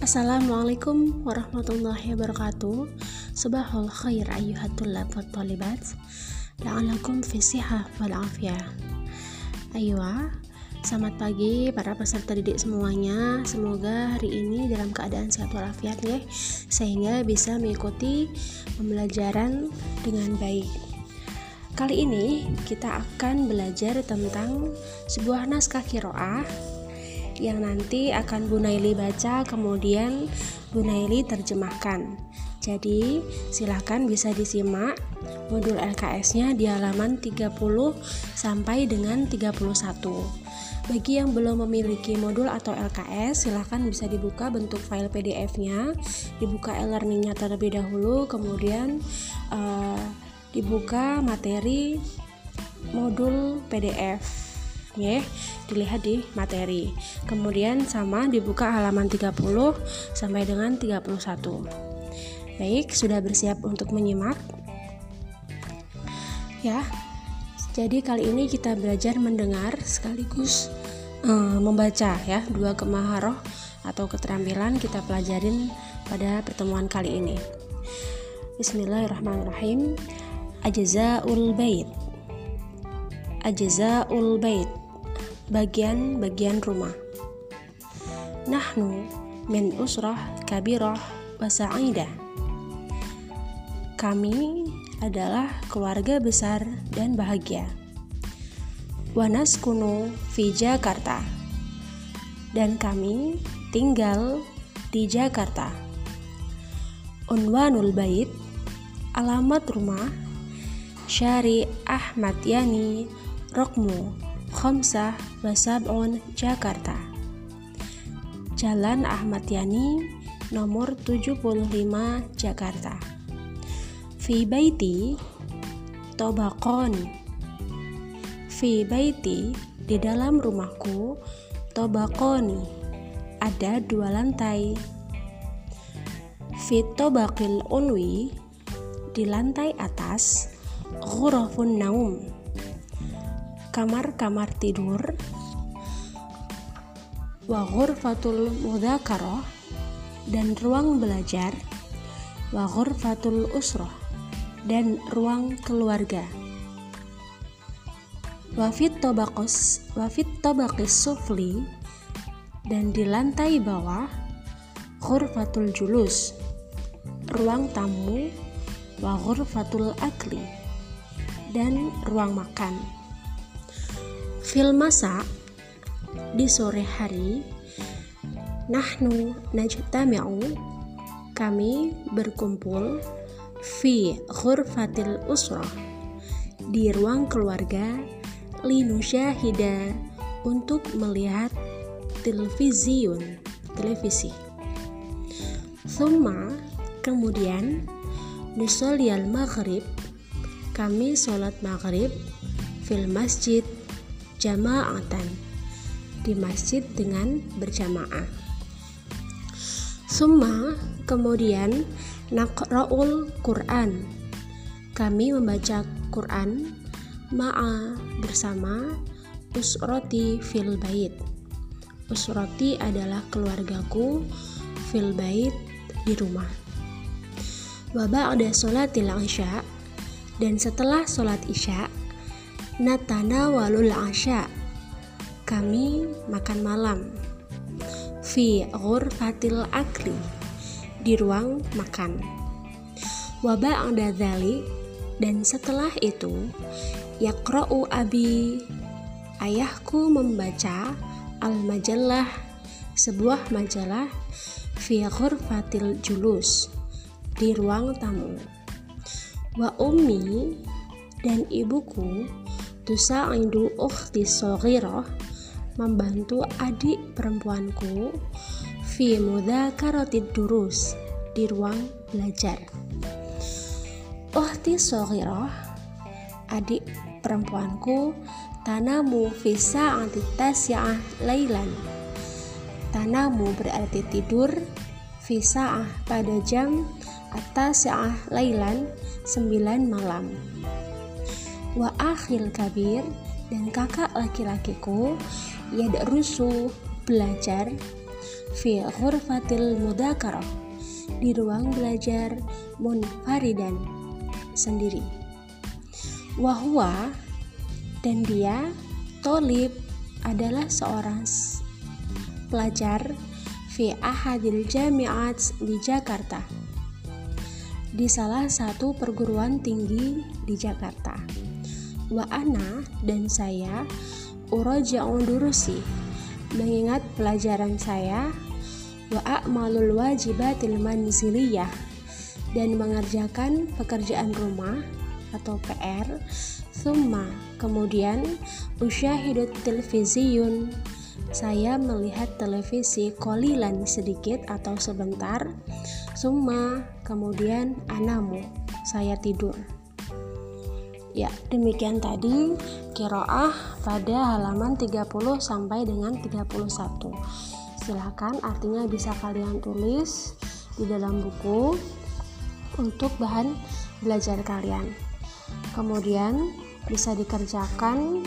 Assalamualaikum warahmatullahi wabarakatuh. Sabahul khair ayyuhat tullab wat talibat. La'alakum fi sihah wal afiyah. Selamat pagi para peserta didik semuanya. Semoga hari ini dalam keadaan sehat walafiat ya, sehingga bisa mengikuti pembelajaran dengan baik. Kali ini kita akan belajar tentang sebuah naskah qiraah yang nanti akan Bu Naili baca, kemudian Bu Naili terjemahkan. Jadi silahkan bisa disimak modul LKS-nya di halaman 30 sampai dengan 31. Bagi yang belum memiliki modul atau LKS, silahkan bisa dibuka bentuk file PDF-nya, dibuka e-learning-nya terlebih dahulu, kemudian dibuka materi modul PDF. Dilihat di materi, kemudian sama dibuka halaman 30 sampai dengan 31. Baik, sudah bersiap untuk menyimak ya. Jadi kali ini kita belajar mendengar sekaligus membaca ya. 2 kemaharoh atau keterampilan kita pelajarin pada pertemuan kali ini. Bismillahirrahmanirrahim. Ajzaul bait. Ajzaul bait, bagian-bagian rumah. Nahnu min usrah kabirah wa sa'idah. Kami adalah keluarga besar dan bahagia. Wa naskunu fi Jakarta. Dan kami tinggal di Jakarta. Unwanul bait, alamat rumah, Syari Ahmad Yani Rokmu Khomsah Wasab'un Jakarta. Jalan Ahmad Yani nomor 75 Jakarta. Fi baiti tobakon. Fi baiti, di dalam rumahku, tobakoni, ada 2 lantai. Fi tobakil unwi, di lantai atas, ghurafun naum, kamar-kamar tidur. Wa ghurfatul mudzakarah, dan ruang belajar. Wa ghurfatul usrah, dan ruang keluarga. Wa fit tabaqis sufli, dan di lantai bawah, ghurfatul julus, ruang tamu. Wa ghurfatul akli, dan ruang makan. Fil masa, di sore hari, nahnu najtami'u, kami berkumpul, fi ghurfatil usrah, di ruang keluarga, linusyahida, untuk melihat televisi. Thumma, kemudian, nusoliyal maghrib, kami sholat maghrib, fil masjid jama'atan, di masjid dengan berjamaah. Summa, kemudian, naqra'ul Qur'an, kami membaca Qur'an, ma'a, bersama, usroti fil bait. Usroti adalah keluargaku, fil bait, di rumah. Wa ba'da sholatil isya, dan setelah sholat isya, natanawalul asya, kami makan malam, fi ghurfatil akli, di ruang makan. Wa ba'da dzalik, dan setelah itu, yaqra'u abi, ayahku membaca al-majallah, sebuah majalah, fi ghurfatil julus, di ruang tamu. Wa ummi, dan ibuku, tusa'idu ukhti shaghirah, membantu adik perempuanku, fi mudzakarotid durus, di ruang belajar. Ukhti shaghirah, adik perempuanku, tanamu fi sa'ati tasya'ah lailan. Tanamu berarti tidur, fi sa'ah pada jam, at-tasya'ah lailan, 9 malam. Wa akhil kabir, dan kakak laki-lakiku, yadrusu, belajar, fi ghurfatil mudzakarah, di ruang belajar munfaridan, sendiri. Wahwa, dan dia, tolib, adalah seorang pelajar fi ahadil jami'at di Jakarta, di salah satu perguruan tinggi di Jakarta. Wa ana, dan saya, uraja'u durusi, mengingat pelajaran saya, wa a'malul wajibatil manziliyah, dan mengerjakan pekerjaan rumah atau PR. Summa, kemudian, usyahidut televisiun, saya melihat televisi qalilan, sedikit atau sebentar. Summa, kemudian, anamu, saya tidur. Ya, demikian tadi qiraah pada halaman 30 sampai dengan 31. Silakan, artinya bisa kalian tulis di dalam buku untuk bahan belajar kalian. Kemudian bisa dikerjakan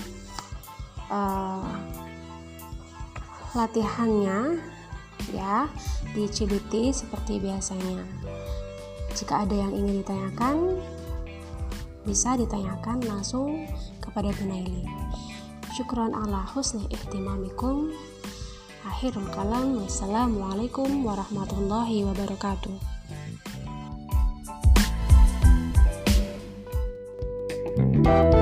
latihannya ya di CBT seperti biasanya. Jika ada yang ingin ditanyakan, bisa ditanyakan langsung kepada Bu Naili. Syukran ala husni ihtimamikum. Akhirul kalam. Wassalamualaikum warahmatullahi wabarakatuh.